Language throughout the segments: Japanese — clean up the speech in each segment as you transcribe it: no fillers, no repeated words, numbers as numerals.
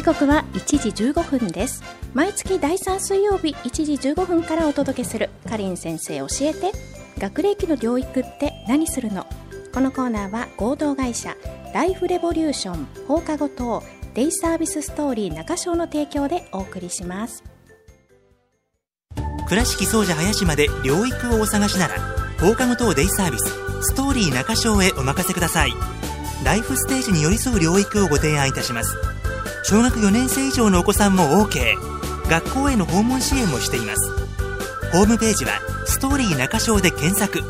時刻は1時15分です。毎月第3水曜日1時15分からお届けするかりん先生教えて、学齢期の療育って何するの。このコーナーは合同会社ライフレボリューション放課後等デイサービスストーリー中小の提供でお送りします。 倉敷総社林まで療育をお探しなら、放課後等デイサービスストーリー中小へお任せください。ライフステージに寄り添う療育をご提案いたします。小学4年生以上のお子さんも OK、 学校への訪問支援もしています。ホームページはストーリー中小で検索。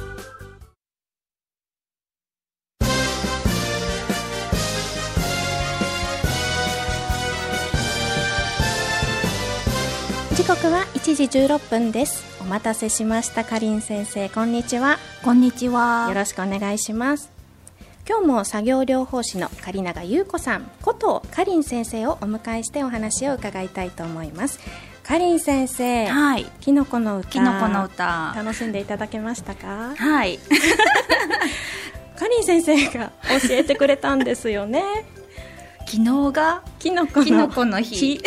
時刻は1時16分です。お待たせしました。かりん先生、こんにちは。 こんにちは。 よろしくお願いします。今日も作業療法士の狩永優子さんことかりん先生をお迎えしてお話を伺いたいと思います。かりん先生、 はい、 きのこの歌、 きのこの歌楽しんでいただけましたか？ はい。 かりん先生が教えてくれたんですよね。 昨日がきのこの日。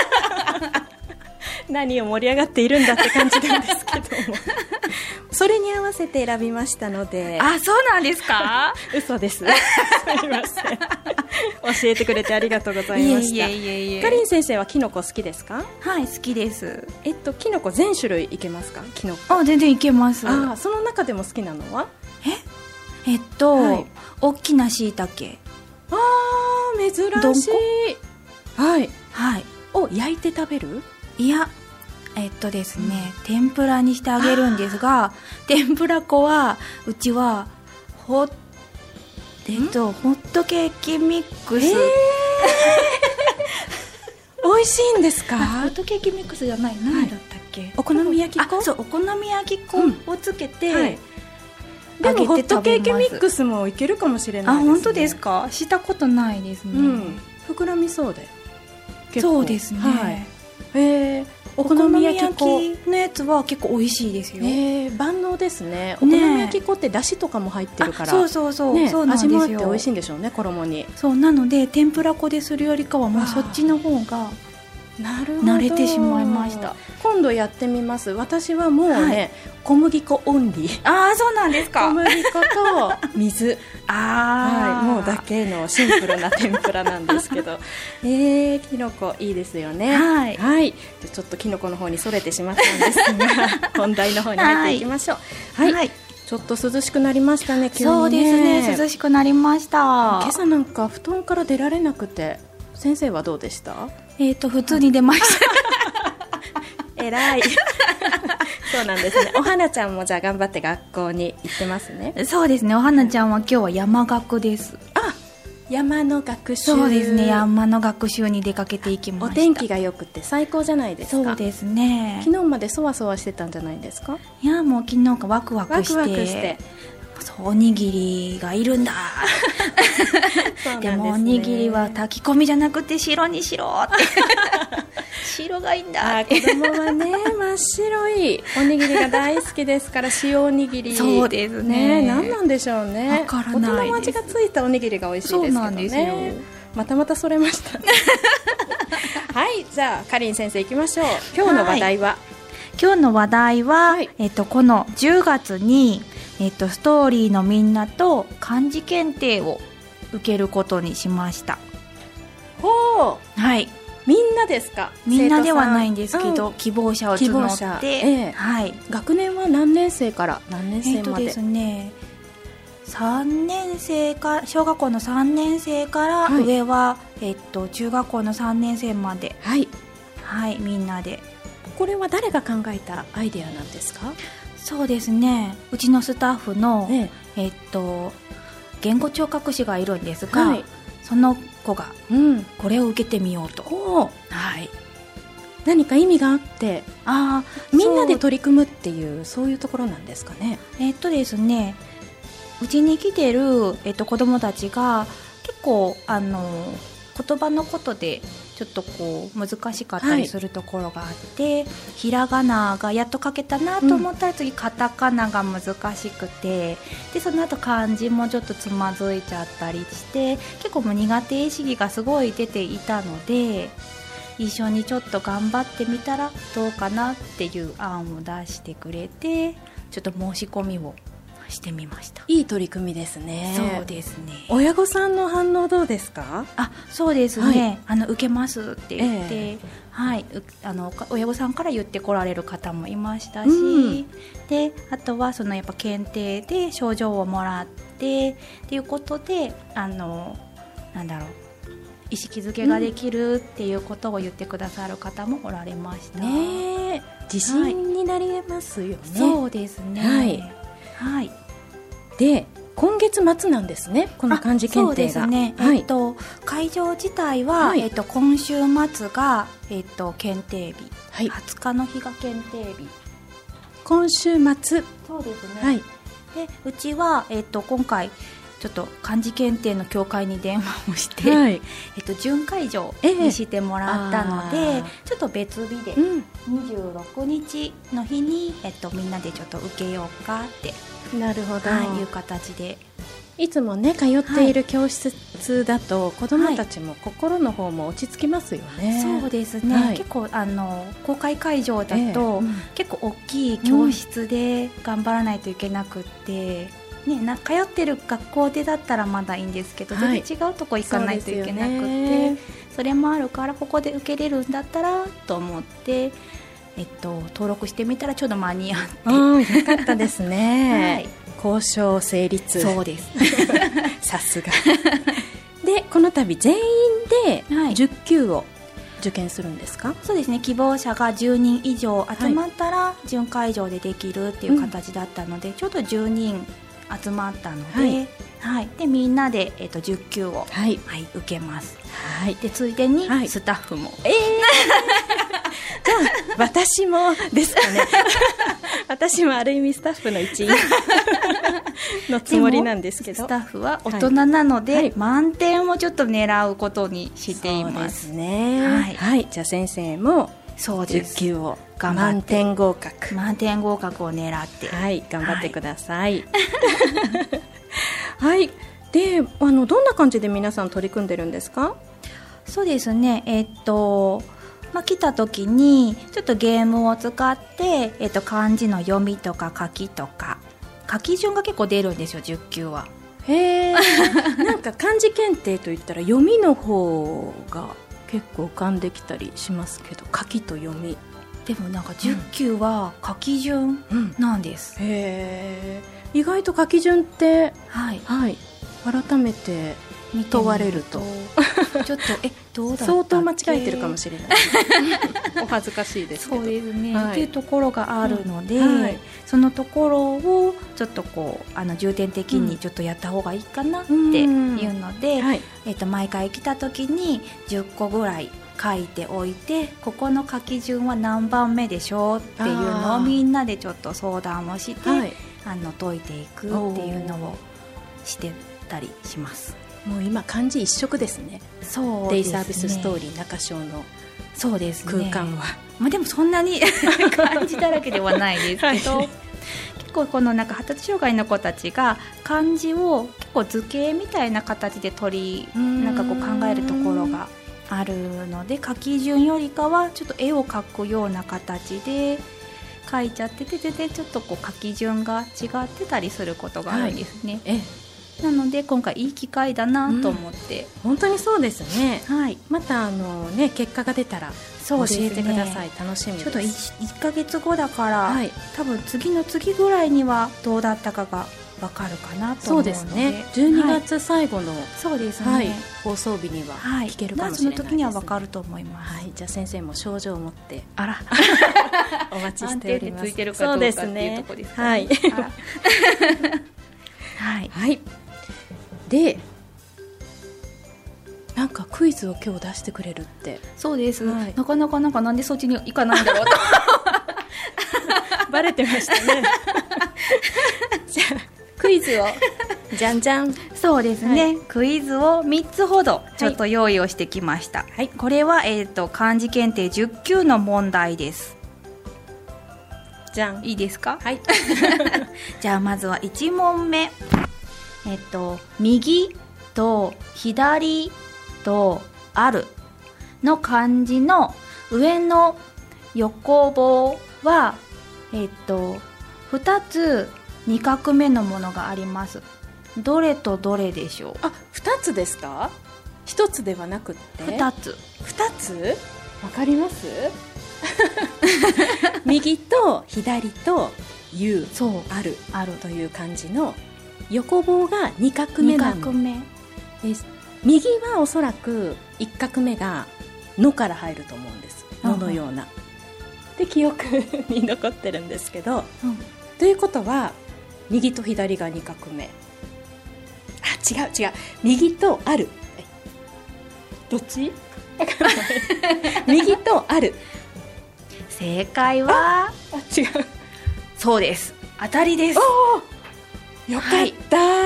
何を盛り上がっているんだって感じなんですけどもそれに合わせて選びましたので。 あ、そうなんですか？ 嘘です。すみません。教えてくれてありがとうございました。かりん先生はキノコ好きですか？ はい、好きです。 キノコ全種類いけますか？キノコ。 あ、全然いけます。 あ、その中でも好きなのは？ はい、大きな椎茸。 あー、珍しい。はいはい。 を焼いて食べる？ いや、ですね、天ぷらにしてあげるんですが、天ぷら粉はうちはホットケーキミックス、 美味しいんですか？ ホットケーキミックスじゃない、何だったっけ、 お好み焼き粉？ そう、お好み焼き粉をつけて、 はい、でもホットケーキミックスもいけるかもしれないですね。 あ、本当ですか？したことないですね。 膨らみそうで。 そうですね。はい。 お好み焼きのやつは結構美味しいですよ。 万能ですね。お好み焼き粉ってだしとかも入ってるから、 そうそうそう、そうなんですよ。 味もあって美味しいんでしょうね、衣に。 そうなので天ぷら粉でするよりかはもうそっちの方が慣れてしまいました。 今度やってみます。私はもうね、小麦粉オンリー。 ああ、そうなんですか？ 小麦粉と水もうだけのシンプルな天ぷらなんですけどきのこいいですよね。はい、ちょっときのこの方にそれてしまったんですが本題の方に入っていきましょう。はい、ちょっと涼しくなりましたね、急にね。 そうですね、涼しくなりました。 今朝なんか布団から出られなくて、先生はどうでした？ 普通に出ました偉いそうなんですね。お花ちゃんもじゃあ頑張って学校に行ってますね。 そうですね、お花ちゃんは今日は山学です。 あ、山の学習。 そうですね、山の学習に出かけていきました。 お天気がよくて最高じゃないですか。 そうですね。 昨日までそわそわしてたんじゃないですか？ いや、もう昨日かワクワクしてそう、おにぎりがいるんだでもおにぎりは炊き込みじゃなくて白にしろって白がいいんだって。 子供はね真っ白いおにぎりが大好きですから塩おにぎり。 そうですね。 何なんでしょうね。 わからないです。 大人の味がついたおにぎりが美味しいですけどね。 そうなんですよ。 またそれましたねはい、じゃあかりん先生いきましょう。今日の話題は、 今日の話題は、この10月に、ストーリーのみんなと漢字検定を受けることにしました。 ほう、 はい。 みんなですか？ みんなではないんですけど、希望者を募って、はい。 学年は何年生から何年生まで？ ですね、3年生か、小学校の3年生から上は、中学校の3年生まで、はい、みんなで。 これは誰が考えたアイデアなんですか？ そうですね、うちのスタッフの、言語聴覚士がいるんですが、その子が、これを受けてみようと。はい。 何か意味があって、みんなで取り組むっていう、そういうところなんですかね。 ですね、うちに来てる、子どもたちが結構言葉のことでちょっとこう難しかったりするところがあって、ひらがながやっと書けたなと思ったら次カタカナが難しくて、でその後漢字もちょっとつまずいちゃったりして結構もう苦手意識がすごい出ていたので、一緒にちょっと頑張ってみたらどうかなっていう案を出してくれて、ちょっと申し込みをしてみました。 いい取り組みですね。 そうですね。 親御さんの反応どうですか？ そうですね、受けますって言って、親御さんから言ってこられる方もいましたし、であとはそのやっぱ検定で賞状をもらってっていうことでなんだろう、意識づけができるっていうことを言ってくださる方もおられました。 自信になりますよね。 そうですね。 で今月末なんですね、この漢字検定が。 そうですね、会場自体は、今週末が、検定日、20日の日が検定日。 今週末。 そうですね、でうちは、今回ちょっと漢字検定の協会に電話をして、準会場にしてもらったので、ちょっと別日で、26日の日に、みんなでちょっと受けようかってなるほど、 いう形で。 いつもね通っている教室だと、子どもたちも心の方も落ち着きますよね。 そうですね、結構公開会場だと、結構大きい教室で頑張らないといけなくって、通ってる学校でだったらまだいいんですけど、全然違うとこ行かないといけなくて、それもあるからここで受けれるんだったらと思って、登録してみたらちょうど間に合って、 よかったですね。交渉成立。 そうですさすがでこの度全員で10級を受験するんですか？ そうですね、希望者が10人以上集まったら準会場でできるっていう形だったので、ちょうど10人集まったので、でみんなで、10級を、受けます。でついでにスタッフも、 じゃあ私もですかね私もある意味スタッフの一員のつもりなんですけど、 スタッフは大人なので、満点をちょっと狙うことにしています。 そうですね。じゃあ先生も10級を満点合格を狙って、 頑張ってください。でどんな感じで皆さん取り組んでるんですか？ そうですね、来た時にちょっとゲームを使って、漢字の読みとか書きとか書き順が結構出るんですよ、10級は。 なんか漢字検定といったら読みの方が結構浮かんできたりしますけど、書きと読みでもなんか10級は書き順なんです。 意外と書き順って改めて問われるとちょっとどうだったっけ、 相当間違えてるかもしれないお恥ずかしいですけど。 そうですね、っていうところがあるので、そのところをちょっとこう重点的にちょっとやった方がいいかなっていうので、毎回来た時に10個ぐらい書いておいて、ここの書き順は何番目でしょうっていうのをみんなでちょっと相談をして、解いていくっていうのをしてたりします。 もう今漢字一色ですね。 そうですね、 デイサービスストーリー中小の空間は、 でもそんなに漢字だらけではないですけど、結構このなんか発達障害の子たちが漢字を結構図形みたいな形でなんかこう考えるところがあるので、書き順よりかはちょっと絵を描くような形で書いちゃってて、全然ちょっとこう書き順が違ってたりすることがあるんですね。なので今回いい機会だなと思って、 本当にそうですね。また結果が出たら教えてください。楽しみです。 ちょっと 1ヶ月後だから、多分次の次ぐらいにはどうだったかが分かるかなと思うので、そうですね、 12月最後の、 そうですね、 放送日には聞けるかもしれないです。 その時には分かると思います。 じゃあ先生も症状を持ってお待ちし安ております。 定でついてるかどうかっていうところですかね。 でなんかクイズを今日出してくれるって。 そうです、なかなかなんでそっちに行かないんだろうとバレてましたね。 じゃあクイズをじゃんじゃん。 そうですね、クイズを3つほどちょっと用意をしてきました、 はい、 これは、漢字検定10級の問題です。 じゃん。 いいですか？ はいじゃあまずは1問目、右と左とあるの漢字の上の横棒は2つ2画目のものがあります。どれとどれでしょう？ あ、2つですか？1つではなくって 2つ。 2つ？わかります右と左と有、 そうあるという漢字の横棒が2画目なの。 2画目です。右はおそらく1画目がのから入ると思うんです。ののようなで記憶に残ってるんですけど、ということは右と左が2画目。あ、違う右とある。どっち？右とある。 正解は違う。 そうです、当たりです。 よかった、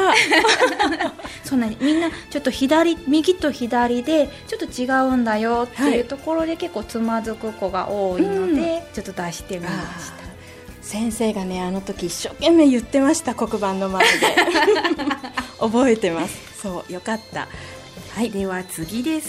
そんなにみんなちょっと右と左でちょっと違うんだよっていうところで結構つまずく子が多いので、ちょっと出してみました。 先生がね、あの時一生懸命言ってました、黒板の前で覚えてます。そう、よかった。 はい、では次です。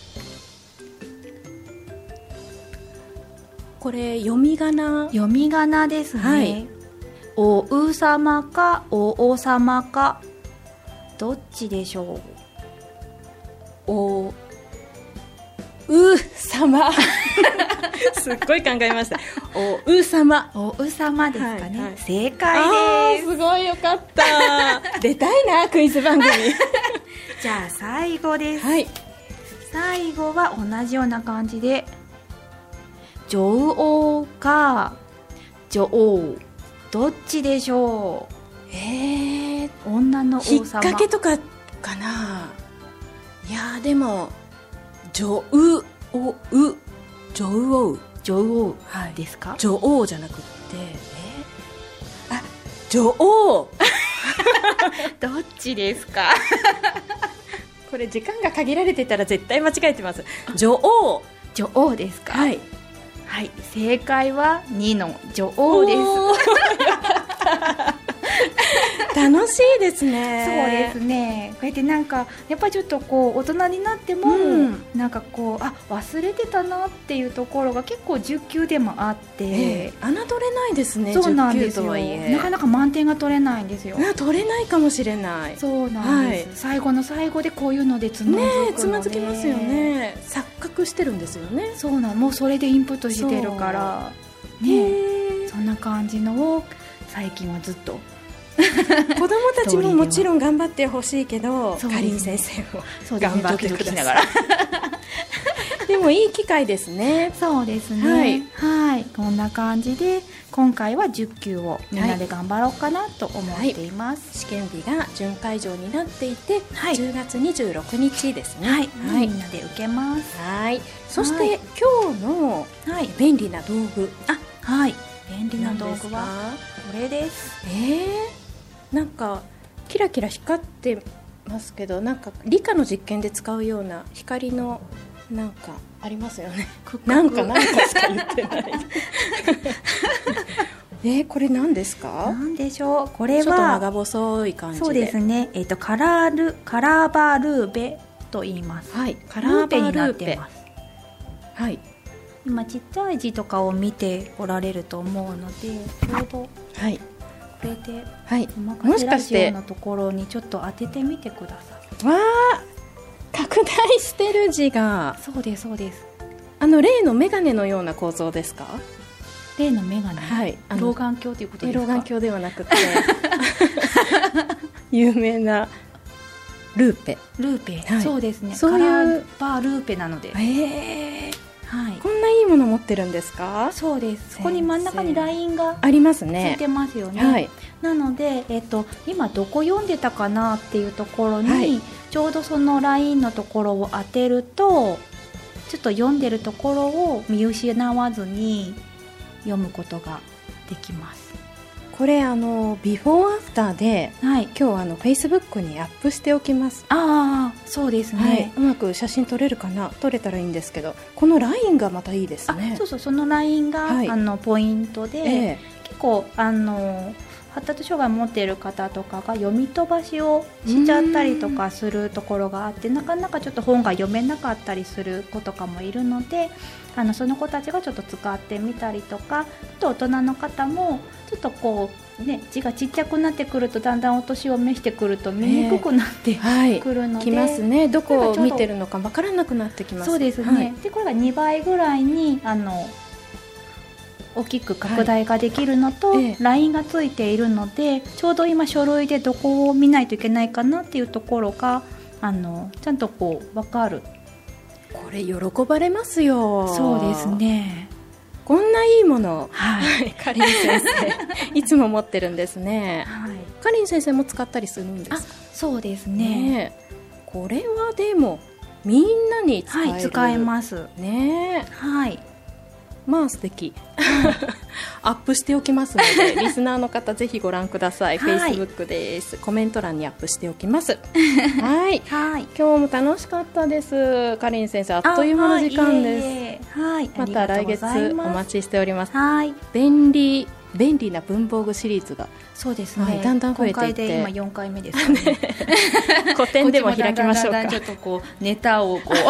これ読み仮名ですね、 はい、 おうさまかお様かどっちでしょう？ おうさますっごい考えました。おうさまですかね、 はいはい、 正解です。 すごいよかった出たいな、クイズ番組じゃあ最後です、 はい、 最後は同じような感じで女王か女王どっちでしょう？女の王様。 引っ掛けとかかな。いやでも女王ですか？ 女王じゃなくって女王どっちですか？ これ時間が限られてたら絶対間違えてます。女王ですか？ はい、 はい、正解は2の女王です。 楽しいですね。 そうですね。こうやってなんかやっぱりちょっとこう大人になっても、なんかこう忘れてたなっていうところが結構10級でもあって、 侮れないですね。 そうなんですよ。 10級とはいえなかなか満点が取れないんですよ。 取れないかもしれない。 そうなんです、はい、最後の最後でこういうのでつまずくので、 つまずきますよね。錯覚してるんですよね。 そうなん、もうそれでインプットしてるからね、そんな感じのを最近はずっと子供たちももちろん頑張ってほしいけど、かりん先生も頑張ってください。でもいい機会ですね。 そうですね、はい、こんな感じで今回は10級をみんなで頑張ろうかなと思っています、 試験日が準会場になっていて、10月26日ですね。 みんなで受けます。 そして今日の便利な道具、 便利な道具はこれです。 なんかキラキラ光ってますけど、なんか理科の実験で使うような光のなんかありますよね。なんかしか言ってないこれ何ですか？ 何でしょう。これはちょっと長細い感じで。そうですね、カラーバールーベと言います。 カラーバールーベになってます。今ちっちゃい字とかを見ておられると思うので、ちょうどこれでもしかしてのところにちょっと当ててみてください。 わー、拡大してる字が。 そうです。 例のメガネのような構造ですか？ 例のメガネ、老眼鏡ということですか？ 老眼鏡ではなくて有名なルーペ、 そうですね。 そういうカラーバールーペなので、 こんないいもの持ってるんですか？ そうです。そこに真ん中にラインがありますね。 ついてますよね。なので、今どこ読んでたかなっていうところに、ちょうどそのラインのところを当てると、ちょっと読んでるところを見失わずに読むことができます。 これビフォーアフターで、はい、今日Facebook にアップしておきます。 ああ、そうですね、はい、 うまく写真撮れるかな、撮れたらいいんですけど、このラインがまたいいですね。 そうそう、そのラインが、はい、ポイントで、結構発達障害を持っている方とかが読み飛ばしをしちゃったりとかするところがあって、なかなかちょっと本が読めなかったりする子とかもいるので、その子たちがちょっと使ってみたりとか、あと大人の方もちょっとこう、ね、字がちっちゃくなってくるとだんだんお年を召してくると見にくくなってくるので、 きますね。どこを見てるのか分からなくなってきます。 そうですね、はい、でこれが2倍ぐらいに大きく拡大ができるのと、ラインがついているので、ちょうど今書類でどこを見ないといけないかなっていうところがちゃんとこう分かる。 これ喜ばれますよ。 そうですね、 こんないいもの、はい、かりん先生いつも持ってるんですね。はい、かりん先生も使ったりするんですか？ そうですね。 これはでもみんなに使える、 はい、使えますね。はい、 まあ素敵アップしておきますのでリスナーの方ぜひご覧ください。はい、Facebook です。コメント欄にアップしておきますはい、はい、今日も楽しかったです。かりん先生、あっという間の時間です。はい、また来月お待ちしております。はい、便利な文房具シリーズが、 そうですね、 はい、だんだん増えていって、 今4回目ですかね古典でも開きましょうか。 だんだんちょっとこうネタをこう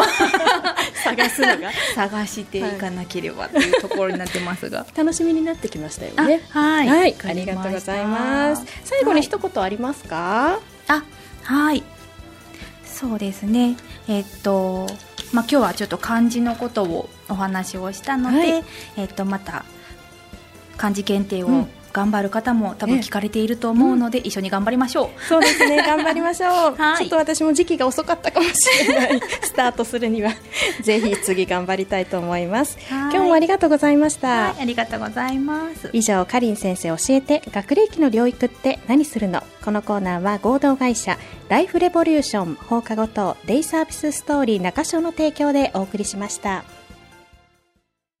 探していかなければというところになってますが、 楽しみになってきましたよね。はい、はい、ありがとうございます。最後に一言ありますか？ はい、そうですね、今日はちょっと漢字のことをお話をしたので、また漢字検定を頑張る方も多分聞かれていると思うので、一緒に頑張りましょう。 そうですね、頑張りましょう、はい、ちょっと私も時期が遅かったかもしれないスタートするにはぜひ次頑張りたいと思います。今日もありがとうございました。 はい、ありがとうございます。 以上、かりん先生教えて学齢期の療育って何するの。このコーナーは合同会社ライフレボリューション放課後等デイサービスストーリー中小の提供でお送りしました。